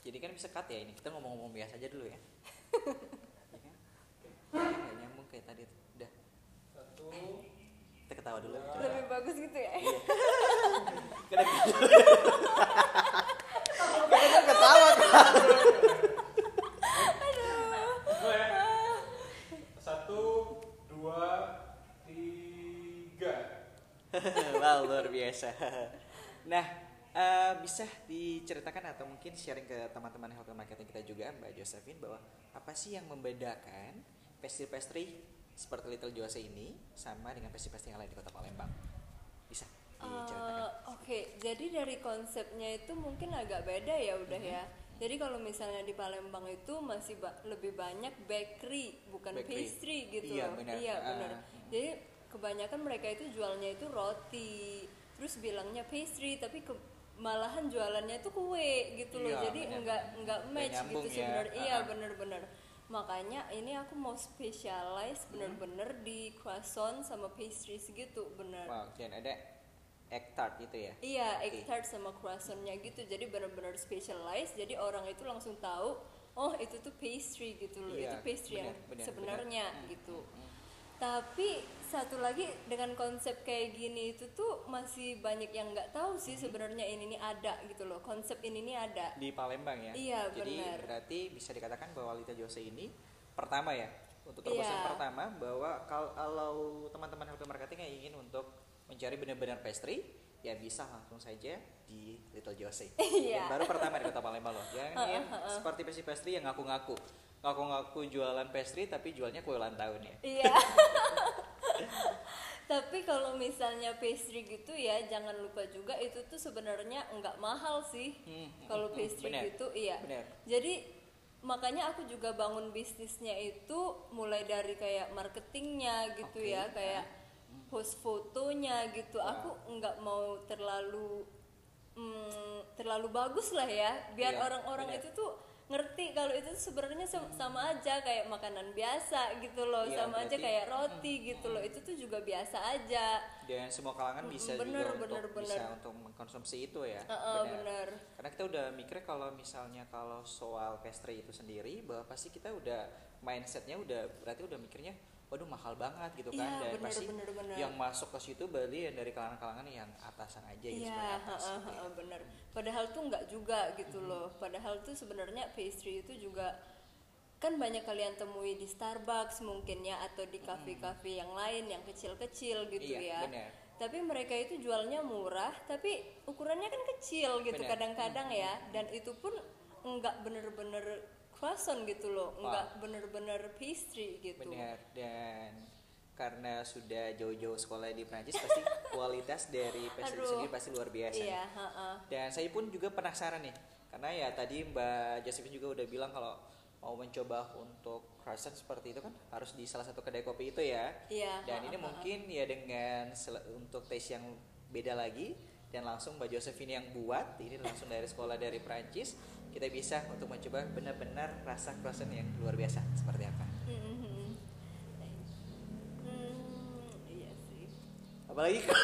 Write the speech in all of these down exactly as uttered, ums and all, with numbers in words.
Jadi kan bisa cut ya ini. Kita ngomong-ngomong biasa aja dulu ya. Ya kan? Nggak nyambung kayak tadi tuh. Udah. Satu. Kita ketawa dulu. Coba. Lebih bagus gitu ya. Iya. Kita kita ketawa kan. Gue ya. Satu, dua, tiga. Wow, luar biasa. Nah, uh, bisa diceritakan atau mungkin sharing ke teman-teman health marketing kita juga, Mbak Josephine, bahwa apa sih yang membedakan pastry-pastry seperti Little Jose ini sama dengan pastry-pastry yang lain di Kota Palembang? Bisa diceritakan? Uh, Oke, okay. Jadi dari konsepnya itu mungkin agak beda ya udah mm-hmm. ya. Jadi kalau misalnya di Palembang itu masih ba- lebih banyak bakery, bukan bakery. Pastry gitu Iya, loh. benar. Iya benar. Uh, Jadi kebanyakan mereka itu jualnya itu roti, terus bilangnya pastry, tapi ke, malahan jualannya itu kue gitu loh. Iya, Jadi bener. enggak enggak match nyambung gitu ya. sebenarnya. Uh-huh. Iya benar-benar. Makanya ini aku mau specialize bener-bener hmm. di croissant sama pastry segitu bener. Wow, dan ada egg tart gitu ya? Iya, okay. egg tart sama croissantnya gitu. Jadi bener-bener specialize. Jadi orang itu langsung tahu, oh itu tuh pastry gitu loh. Iya, itu pastry bener, yang bener, sebenarnya bener. gitu. Hmm. Tapi satu lagi dengan konsep kayak gini itu tuh masih banyak yang nggak tahu sih sebenarnya ini nih ada gitu loh, konsep ini nih ada di Palembang ya. Iya, jadi benar. Berarti bisa dikatakan bahwa Little Jose ini pertama ya untuk terobosan iya. pertama bahwa kalau teman-teman health marketing yang ingin untuk mencari benar-benar pastry ya bisa langsung saja di Little Jose. Iya. Yang baru pertama di Kota Palembang loh. Jangan yang seperti pastry-pastry yang ngaku-ngaku ngaku-ngaku jualan pastry tapi jualnya kue ulang tahun ya. Iya. Tapi kalau misalnya pastry gitu ya jangan lupa juga itu tuh sebenarnya nggak mahal sih. Hmm, kalau pastry bener, gitu iya. Bener. Jadi makanya aku juga bangun bisnisnya itu mulai dari kayak marketingnya gitu okay. ya, kayak post fotonya gitu. Wow. Aku nggak mau terlalu mm, terlalu bagus lah ya, biar yeah, orang-orang bener. Itu tuh ngerti kalau itu sebenarnya sama aja kayak makanan biasa gitu loh, iya, sama aja kayak roti hmm, gitu hmm. loh, itu tuh juga biasa aja dan semua kalangan bisa bener, juga bener, untuk bener. bisa untuk mengkonsumsi itu ya. uh, uh, bener. Karena kita udah mikir kalau misalnya kalau soal pastry itu sendiri bahwa pasti kita udah mindsetnya udah berarti udah mikirnya waduh mahal banget gitu kan, ya, dan bener, pasti bener, bener. yang masuk ke situ berarti yang dari kalangan-kalangan yang atasan aja gitu ya, atas. Uh, uh, uh, bener. Padahal tuh nggak juga gitu hmm. loh. Padahal tuh sebenarnya pastry itu juga kan banyak kalian temui di Starbucks mungkin ya atau di kafe-kafe yang lain yang kecil-kecil gitu iya, ya. Bener. Tapi mereka itu jualnya murah, tapi ukurannya kan kecil gitu bener. Kadang-kadang hmm. ya, dan itu pun nggak bener-bener croissant gitu loh, wow. nggak bener-bener pastry gitu. Benar, dan karena sudah jauh-jauh sekolah di Prancis pasti kualitas dari pastry sendiri pasti luar biasa. Iya, uh-uh. Dan saya pun juga penasaran nih, karena ya tadi Mbak Josephine juga udah bilang kalau mau mencoba untuk croissant seperti itu kan harus di salah satu kedai kopi itu ya. Iya. Dan uh-uh. ini mungkin ya dengan sel- untuk taste yang beda lagi dan langsung Mbak Josephine yang buat, ini langsung dari sekolah dari Prancis. Kita bisa untuk mencoba benar-benar rasa croissant yang luar biasa seperti apa. Mm-hmm. Hmm, iya sih. Apalagi kok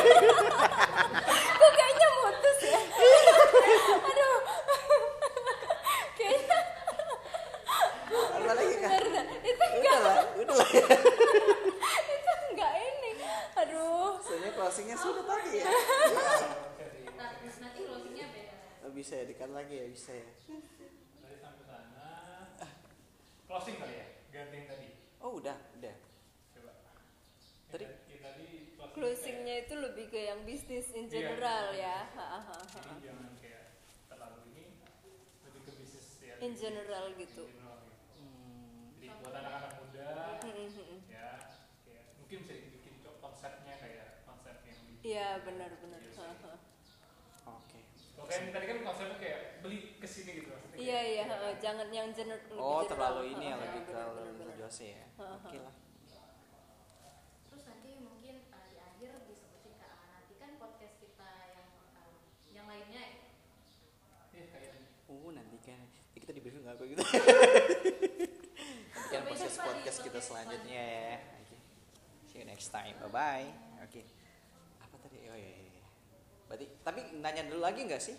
kayaknya mutus ya. Aduh. Kayaknya. Apalagi kan? Itu enggak. Udah lah, udah lah. Itu enggak ini. Aduh. Soalnya closingnya sudah tadi ya. Nanti closingnya beda. Bisa ya, dikat lagi ya, bisa ya. Tadi sampai sana. Closing kali ya, ganti yang tadi. Oh udah, udah. Coba. Tadi, ya, tadi closing closingnya itu lebih ke yang bisnis in general iya, ya. Jadi jangan kayak terlalu ini, lebih ke bisnis ya. In general gitu. In general, gitu. hmm. Jadi buat anak-anak muda, hmm. ya, kayak mungkin bisa dibikin konsepnya kayak konsep yang. Iya benar-benar. Oke. Oke, tadi kan konsepnya kayak beli kesini gitu maksudnya. Iya kayak, iya, ya. uh, jangan yang general. Oh general. terlalu ini ya uh, lebih uh, ke bener, Little bener. Jose ya. Uh, Oke lah. Terus nanti mungkin uh, di akhir disebutin ke uh, nanti kan podcast kita yang uh, yang lainnya. Iya kayaknya. Oh nanti kan ya, kita di briefing nggak kayak gitu. Nanti kan podcast podcast kita selanjutnya ya. Oke. See you next time. Bye bye. Oke. Apa tadi? Oh iya. iya. Berarti tapi nanya dulu lagi nggak sih?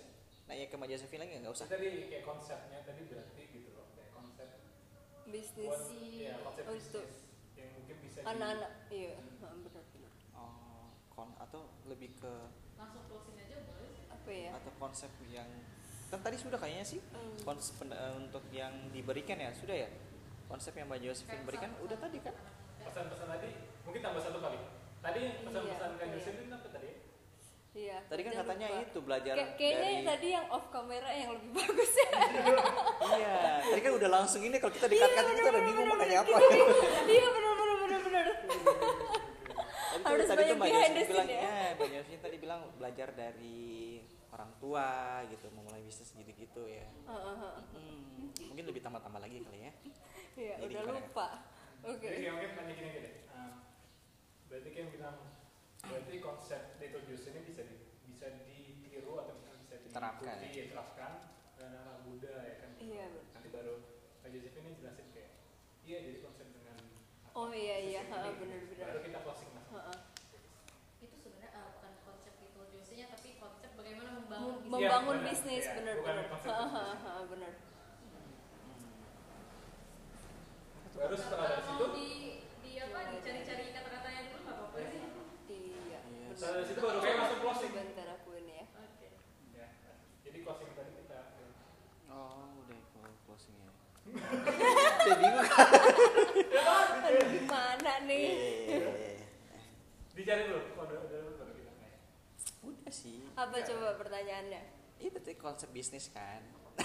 nanya ke Mbak Josephine lagi nggak usah. Tadi kayak konsepnya tadi berarti gitu loh, kayak konsep Bisnis buat ya konsep untuk bisnis yang mungkin bisa di- anak-anak, iya, benar-benar. Oh, kon atau lebih ke langsung closing aja boleh sih. Apa ya? atau konsep yang kan tadi sudah kayaknya sih Hmm. konsep pen- eh, untuk yang diberikan ya sudah ya konsep yang Mbak Josephine berikan udah tadi kan. pesan-pesan tadi mungkin tambah satu kali. Tadi pesan-pesan Iya, Kak iya. Josephine apa tadi? Iya. Tadi kan jangan katanya lupa. itu belajar Kayak- kayaknya dari yang tadi yang off kamera yang lebih bagus ya. iya tadi kan udah langsung ini kalau kita dekat-dekat Iya, kita udah bener, bingung mau bener, nanya apa. bener. Iya benar benar benar benar. Tadi tuh- Harus tadi tuh banyak Mbak behind the Josephine bilang scene ya. ya Mbak Josephine tadi bilang belajar dari orang tua gitu memulai bisnis gitu-gitu ya. Heeh. Hmm, mungkin lebih tambah-tambah lagi kali ya. Iya, Jadi udah gimana? lupa. Oke. Jadi kayak mungkin tanya gini aja deh. Um, berarti kayak bilang berarti konsep Little Juice ini bisa di, bisa ditiru atau misalnya bisa Diterapkan, diikuti, diterapkan dan anak muda ya kan. Iya, benar. Nanti baru Kak Josephine ini jelasin kayak iya jadi konsep dengan apa, Oh iya iya, sistem heeh, ini. benar-benar. Baru kita closing mas. Heeh. Itu sebenarnya uh, bukan konsep itu juice-nya tapi konsep bagaimana membangun Mem- bisnis. Iya, Membangun benar. bisnis Iya, benar bukan benar. konsep Heeh, bisnis. heeh, benar. Baru setelah dari Kalau situ, mau di di apa dicari-cari kata-katanya dulu nggak apa-apa sih. Iya. Iya. setelah dari situ baru kayak langsung closing. Bentar aku ini ya. Oke. Ya, jadi closing tadi kita Oh udah clo- closing ya. Saya bingung. Aduh, gimana nih? Eh, dicari dulu. Oh, udah udah udah baru kita nanya. Udah sih. Apa coba pertanyaannya? Itu tuh konsep bisnis kan.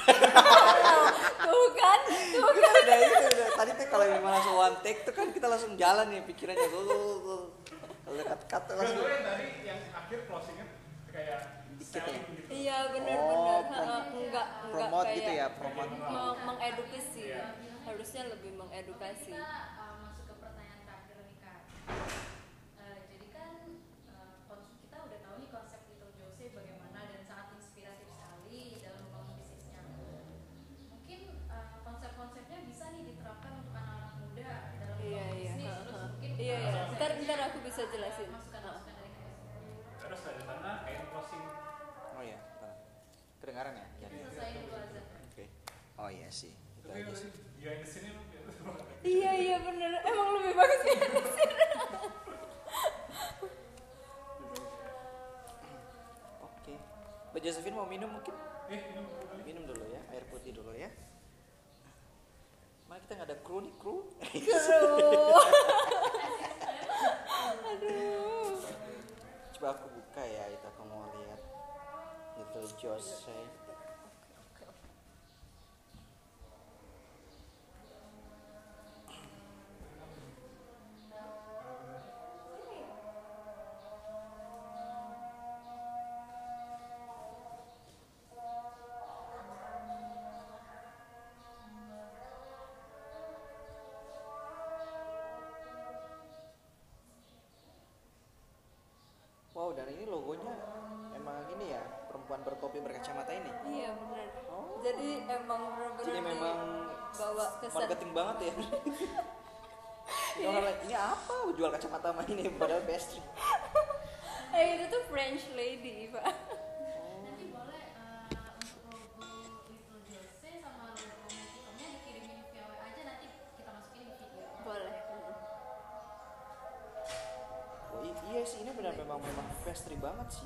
Tuh kan, tuh Udah, udah itu udah. Tadi tuh kalau memang langsung one take tuh kan kita langsung jalan nih pikirannya. Kalau dekat-dekat tuh langsung. Sebenarnya tadi yang akhir closingnya kayak Dikit selling ya? gitu. iya Oh, benar-benar. prom- Heeh, enggak enggak Promote kayak gitu ya, promote. meng- mengedukasi. Iya. Harusnya lebih Oke, mengedukasi. kita uh, masuk ke pertanyaan terakhir nih kak. Uh, jadi kan uh, kons- kita udah tahu nih konsep Little Jose bagaimana dan sangat inspiratif sekali dalam membangun bisnisnya. Mungkin uh, konsep-konsepnya bisa nih diterapkan untuk anak-anak muda dalam Iya membangun iya. bisnis. heeh, Terus heeh. mungkin Iya iya. uh, Ntar konsepnya, ntar aku bisa uh, jelasin. Masukan-masukan dari kak. Terus dari sana kayak closing. Oh ya, bentar. Kedengaran ya? Kita Jadi. selesai dulu azan. Oke. Oh iya sih. Itu Tapi aja sih. behind the scene lu Iya iya bener. Emang lebih bagus ya. Oke. Mbak Josephine mau minum mungkin? eh ini mau kembali. Minum dulu ya, air putih dulu ya. Mana kita nggak ada kru nih kru? Aduh. Aduh. Coba aku buka ya, itu aku mau lihat. Little Jose. Wow, dan ini logonya emang gini ya, perempuan bertopi berkacamata ini. Iya bener. Oh. Jadi emang bener-bener Jadi memang bawa kesan. marketing banget ya. Ini orang lain, ini apa? Jual kacamata sama ini padahal pastry. Eh itu tuh French lady pak. Nanti boleh uh, untuk logo Little Jose sama logo Mexico-nya dikirimin via W A aja nanti kita masukin di video. Boleh. Oh, i- iya sih, ini benar memang memang pastry banget sih.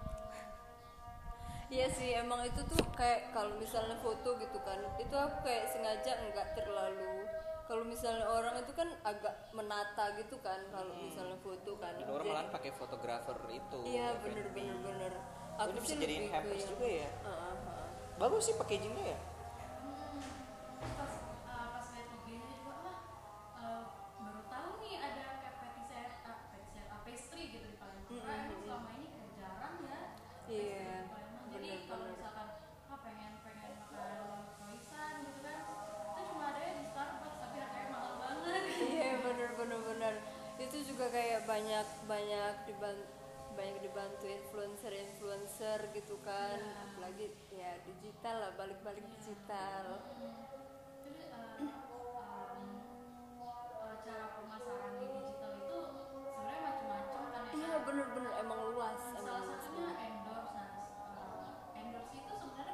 Iya sih emang itu tuh kayak kalau misalnya foto gitu kan, itu aku kayak sengaja nggak terlalu. Kalau misalnya orang itu kan agak menata gitu kan, kalau misalnya foto kan. Dan orang Jadi- malahan pakai fotografer itu. Iya F and bener B. bener bener. Oh, ini bisa jadiin lebih ke hampers yang- juga ya. Heeh, heeh. Bagus sih packagingnya ya. Pas uh, pas lihat logonya juga wah uh, baru tahu nih ada kayak patiser uh, patiser uh, pastry gitu di Palembang. Karena Mm-mm. emang selama ini kayak jarang ya. Iya, pastry di Palembang. Jadi bener, kalau bener. misalkan ah pengen pengen makan croissant gitu kan, itu cuma ada di Starbucks tapi harganya mahal banget. Iya bener bener bener. Itu juga kayak banyak banyak dibantu banyak dibantu influencer influencer gitu kan. Iya. Apalagi ya digital lah, balik-balik digital. Jadi uh, um, uh, cara pemasaran di digital itu sebenarnya macam-macam kan ya. Iya bener bener emang luas emang Salah luas satunya banget. endorse. Nah, uh, endorse itu sebenarnya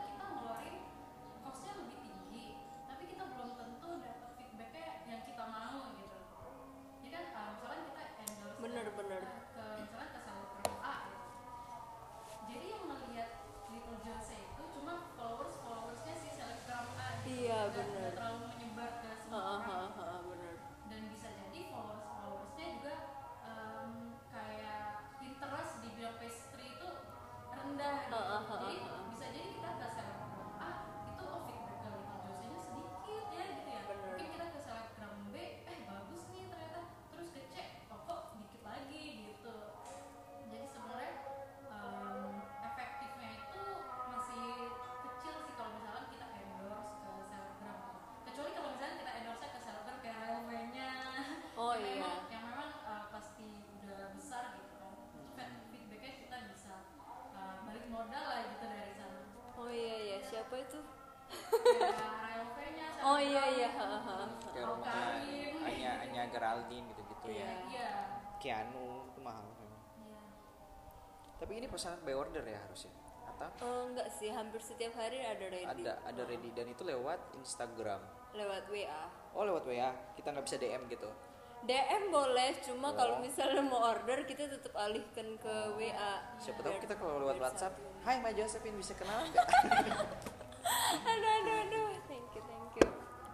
Aldin gitu-gitu Iya. ya. Iya. Keanu itu mahal. Iya. Tapi ini pesanan by order ya harusnya. Atau Oh, enggak sih, hampir setiap hari ada ready. ada ada Oh, ready dan itu lewat Instagram. lewat W A. Oh lewat W A, kita nggak bisa D M gitu. D M boleh, cuma Oh. kalau misalnya mau order kita tetap alihkan ke W A. Siapa tahu Biar- kita kalau lewat biar WhatsApp, satu. Hai Mbak Josephine bisa kenalan nggak? Aduh, aduh, aduh. Thank you, thank you.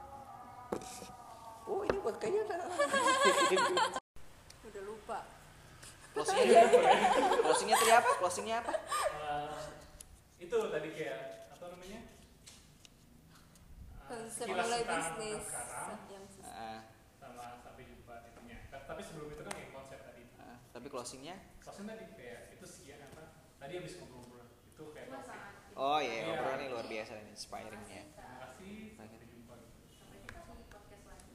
Oh ini buat kayaknya. Udah lupa. Closingnya Closingnya tadi apa? Closingnya apa? Eh, itu tadi kayak apa namanya? Eh, Konsep sekilas mulai tentang bisnis sekarang yang sus- Ah, sama sampai jumpa itunya. Ta- Tapi sebelum itu kan kayak konsep tadi. ah, tapi closingnya? Soalnya tadi kayak itu sekian apa? Tadi habis ngobrol-ngobrol itu kayak Wah, topik. sangat. Oh iya, Iya. obrolan ini luar biasa dan inspiring ya. Terima kasih. Sampai jumpa. Sampai jumpa di podcast selanjutnya.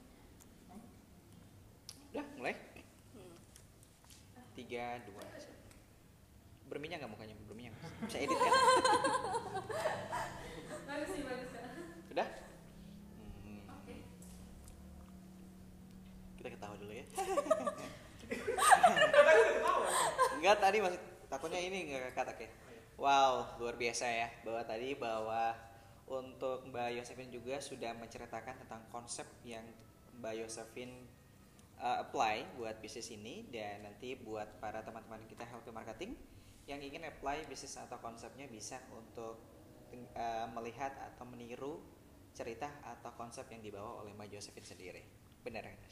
Udah mulai? Hmm. Tiga, dua. Berminyak nggak mukanya? Berminyak nggak? Bisa edit kan? Bagus sih, bagus Kak. Udah? Hmm, Oke. kita ketawa dulu ya. Enggak, tadi masih takutnya ini nggak kata ya. Wow, luar biasa ya. Bahwa tadi bahwa untuk Mbak Josephine juga sudah menceritakan tentang konsep yang Mbak Josephine uh, apply buat bisnis ini, dan nanti buat para teman-teman kita healthy marketing yang ingin apply bisnis atau konsepnya bisa untuk uh, melihat atau meniru cerita atau konsep yang dibawa oleh Mbak Josephine sendiri. Benar kan?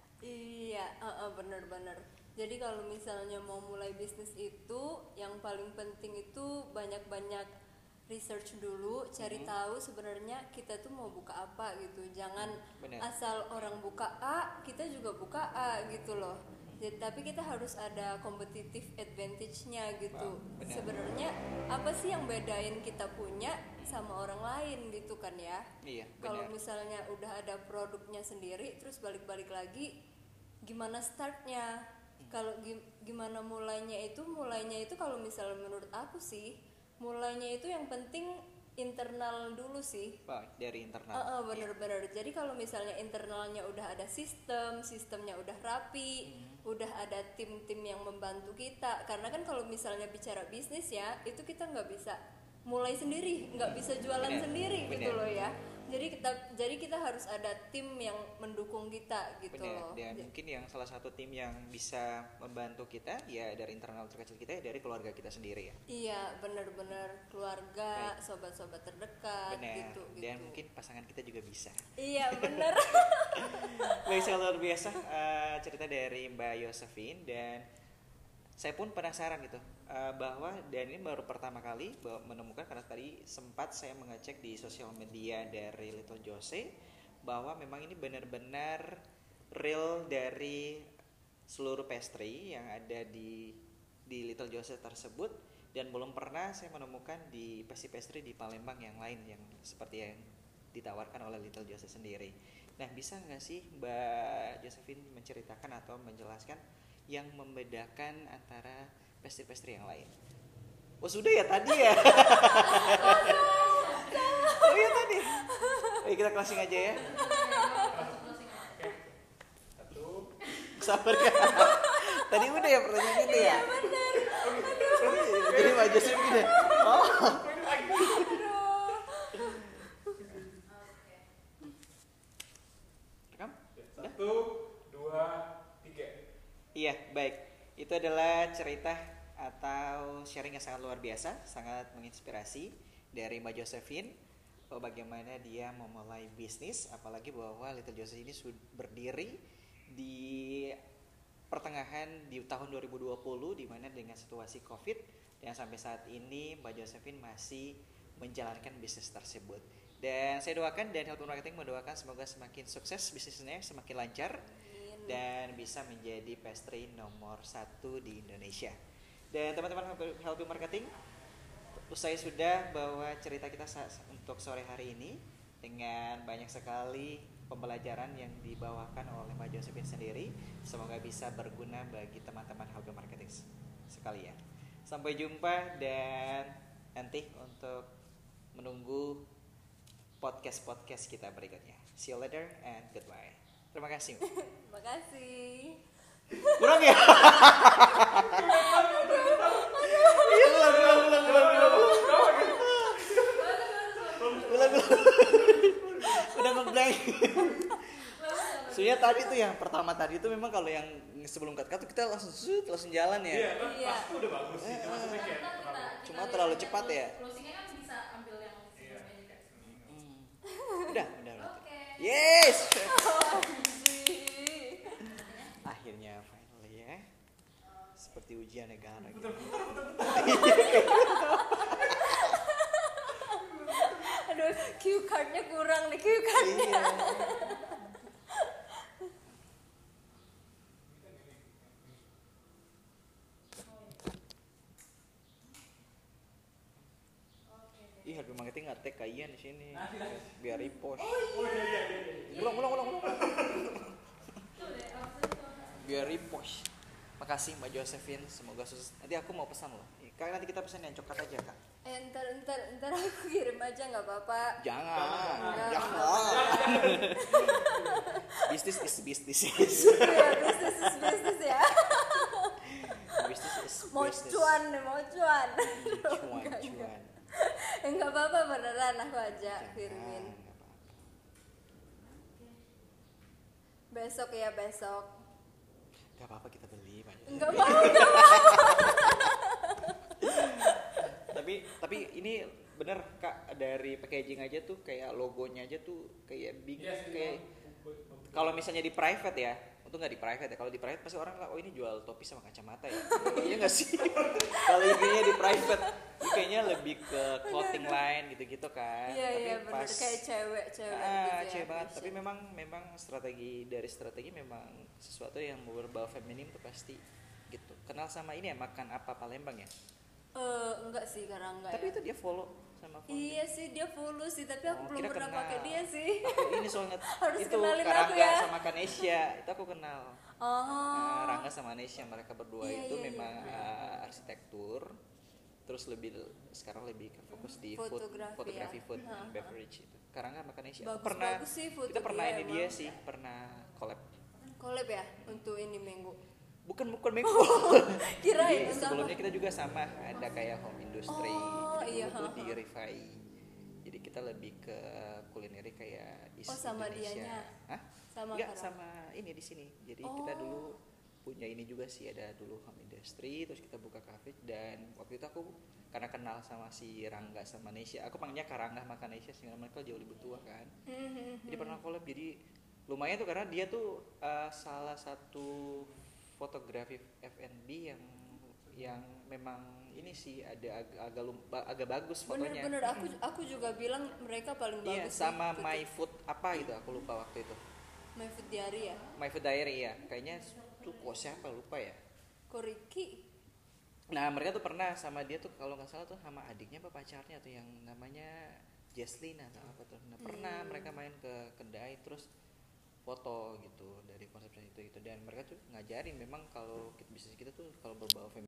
Iya, uh, uh, bener-bener. Jadi kalau misalnya mau mulai bisnis itu, yang paling penting itu banyak-banyak research dulu, cari Mhm. tahu sebenarnya kita tuh mau buka apa gitu. Jangan Benar. asal orang buka A, kita juga buka A gitu loh. Jadi, tapi kita harus ada competitive advantage-nya gitu. Wah, benar. Sebenarnya apa sih yang bedain kita punya sama orang lain gitu kan ya? Iya, Kalau benar. misalnya udah ada produknya sendiri, terus balik-balik lagi, gimana startnya? Kalau gi- gimana mulainya itu, mulainya itu kalau misalnya menurut aku sih, mulainya itu yang penting internal dulu sih. Wah, dari internal. Uh, uh, bener-bener. Jadi kalau misalnya internalnya udah ada sistem, sistemnya udah rapi, Hmm. udah ada tim-tim yang membantu kita. Karena kan kalau misalnya bicara bisnis ya, itu kita nggak bisa mulai sendiri, nggak bisa jualan Bener, sendiri gitu bener. loh ya. Jadi kita, jadi kita harus ada tim yang mendukung kita gitu Benar, loh. dan Ja- mungkin yang salah satu tim yang bisa membantu kita ya dari internal terkecil kita ya dari keluarga kita sendiri ya. Iya, bener-bener keluarga, Baik. sobat-sobat terdekat Benar. gitu gitu. Dan mungkin pasangan kita juga bisa. Iya, bener. Baik, saya luar biasa eh, cerita dari Mbak Josephine, dan saya pun penasaran gitu eh, bahwa, dan ini baru pertama kali bahwa menemukan, karena tadi sempat saya mengecek di sosial media dari Little Jose bahwa memang ini benar-benar real dari seluruh pastry yang ada di di Little Jose tersebut, dan belum pernah saya menemukan di pastry-pastry di Palembang yang lain yang seperti yang ditawarkan oleh Little Jose sendiri. Nah, bisa nggak sih Mbak Josephine menceritakan atau menjelaskan yang membedakan antara pastry-pastry yang lain? Oh sudah ya tadi ya. Oh iya tadi. Oke, kita closing aja ya. Satu. Sabar ya. Tadi udah ya pertanyaan itu ya. Jadi Mbak Josephine gini. Oh. Rekam? Satu, dua, tiga. Iya, baik. Itu adalah cerita atau sharing yang sangat luar biasa, sangat menginspirasi dari Mbak Josephine bahwa bagaimana dia memulai bisnis, apalagi bahwa Little Jose ini sudah berdiri di pertengahan di tahun dua ribu dua puluh, di mana dengan situasi Covid, dan sampai saat ini Mbak Josephine masih menjalankan bisnis tersebut. Dan saya doakan, dan Health Marketing mendoakan semoga semakin sukses bisnisnya, semakin lancar, dan bisa menjadi pastry nomor satu di Indonesia. Dan teman-teman Healthy Marketing, usai sudah bahwa cerita kita untuk sore hari ini dengan banyak sekali pembelajaran yang dibawakan oleh Mbak Josephine sendiri, semoga bisa berguna bagi teman-teman Healthy Marketing sekalian. Sampai jumpa, dan nanti untuk menunggu podcast-podcast kita berikutnya. See you later and goodbye. Terima kasih. Makasih. Kurang ya? Iya, ulang, ulang, ulang, ulang, ulang. Ulang, ulang. Udah ngeblank. Soalnya tadi tuh yang pertama tadi tuh memang kalau yang sebelum cut-cut tuh kita langsung shoot, langsung jalan ya. Iya, kan Iya. pas tuh udah bagus sih. Maksudnya kayak Ntar kita- terlalu- kita Cuma lihat terlalu aja cepat ya. closingnya kan bisa ambil yang Iya. sebelumnya juga. Hmm. Udah, udah, udah. Oke. Yes. Anjir. Akhirnya finally ya. Seperti ujian negara gitu. Aduh, cue cardnya kurang nih, cue cardnya. Iya. Ih, harga marketing nggak tag kaian di sini. Biar repost. Oh iya iya iya. iya. Ulang, ulang, ulang, ulang. Tuh deh, absen tuh. Biar repost. Makasih Mbak Josephine, semoga sukses. Nanti aku mau pesan loh. Kak, nanti kita pesan yang coklat aja, Kak. Eh, ntar, ntar, ntar aku kirim aja nggak apa-apa. Jangan, Jangan. jangan. Bisnis is bisnis. Iya, bisnis is bisnis ya. Bisnis is Mau bisnis. cuan nih, mau cuan. Cuan, Enggak, cuan. Eh, nggak apa-apa beneran, aku aja Jangan, kirimin. nggak apa-apa. Besok ya, besok. Gak apa-apa kita beli, Mbak. Nggak mau, nggak mau. tapi tapi ini bener Kak, dari packaging aja tuh kayak logonya aja tuh kayak big, Iya sih, kayak emang. kalau misalnya di private ya, untung nggak di private ya. Kalau di private pasti orang lah, oh ini jual topi sama kacamata ya. Iya nggak sih? Kalau ininya di private, ini kayaknya lebih ke clothing line gitu-gitu kan. Iya, Tapi iya, bener. pas Kayak cewek-cewek ah, gitu ya. cewek banget. fashion. Tapi memang memang strategi dari strategi memang sesuatu yang berbau feminim tuh pasti gitu. Kenal sama ini ya, makan apa Palembang ya? Eh, enggak sih, karena enggak Tapi ya. itu dia follow sama follow. Iya sih, dia follow sih, tapi aku Oh, belum kira pernah kenal. pakai dia sih. Aku ini soalnya Harus itu kenalin aku Karangga ya. sama Kanesha itu aku kenal. Oh. Nah, Rangga sama Nesya mereka berdua Iya, itu iya, memang iya. uh, arsitektur. Terus lebih sekarang lebih ke fokus di food, Fotografi fotografi ya. food Ha, and ha. beverage itu. Karangga sama Kanesha. Aku Bagus, pernah bagus sih foto kita pernah dia ini dia emang. sih, pernah collab. Collab ya untuk ini minggu. Bukan bukan Meko. Kirain Jadi, sama. sebelumnya kita juga sama ada kayak home industry. Oh, Jadi iya, dulu tuh ha, di ha. Rifai. Jadi kita lebih ke kulineri kayak East Oh, sama Indonesia. dianya. Hah? Sama Enggak, Karang. sama ini di sini. Jadi kita Oh. dulu punya ini juga sih, ada dulu home industry, terus kita buka cafe. Dan waktu itu aku karena kenal sama si Rangga sama Nesya, aku panggilnya Karangga sama Nesya sih, karena mereka jauh lebih tua kan. Mhm. Jadi pernah collab, jadi lumayan tuh karena dia tuh uh, salah satu fotografi F and B yang yang memang ini sih ada agak agak, lumpa, agak bagus fotonya. Bener-bener aku aku juga bilang mereka paling Iya, bagus. sama sih, My foto. Food apa gitu, aku lupa waktu itu. My Food Diary ya. My Food Diary ya, kayaknya tuh kok siapa lupa ya. Koriki. Nah mereka tuh pernah sama dia tuh kalau nggak salah tuh sama adiknya apa pacarnya tuh yang namanya Jesslyn atau apa tuh. Nah pernah Hmm. mereka main ke kedai terus foto gitu dari konsep itu itu dan mereka tuh ngajarin memang kalau bisnis kita tuh kalau berbau feminim